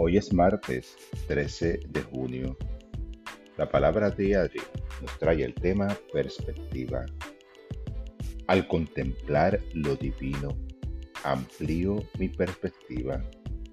Hoy es martes 13 de junio. La palabra diaria nos trae el tema perspectiva. Al contemplar lo divino, amplío mi perspectiva.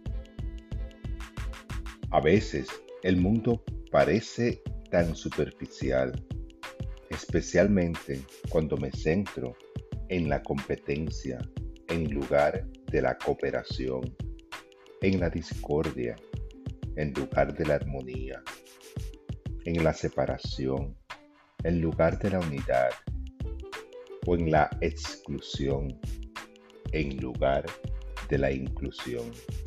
A veces el mundo parece tan superficial, especialmente cuando me centro en la competencia en lugar de la cooperación, en la discordia en lugar de la armonía, en la separación en lugar de la unidad, o en la exclusión en lugar de la inclusión.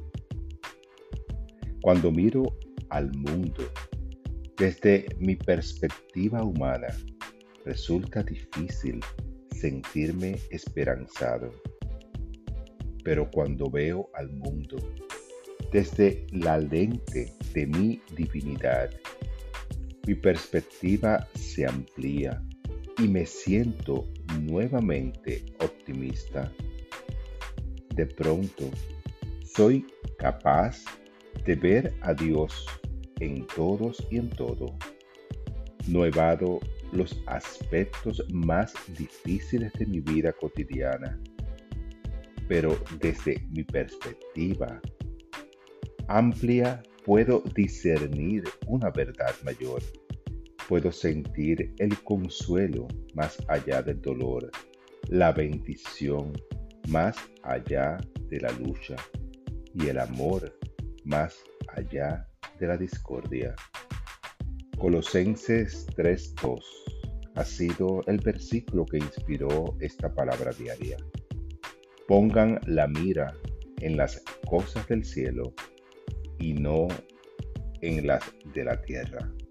Cuando miro al mundo desde mi perspectiva humana, resulta difícil sentirme esperanzado. Pero cuando veo al mundo desde la lente de mi divinidad, mi perspectiva se amplía y me siento nuevamente optimista. De pronto, soy capaz de ver a Dios en todos y en todo. No evado los aspectos más difíciles de mi vida cotidiana, pero desde mi perspectiva amplia puedo discernir una verdad mayor. Puedo sentir el consuelo más allá del dolor, la bendición más allá de la lucha y el amor más allá de la discordia. Colosenses 3:2 ha sido el versículo que inspiró esta palabra diaria. Pongan la mira en las cosas del cielo y no en las de la tierra.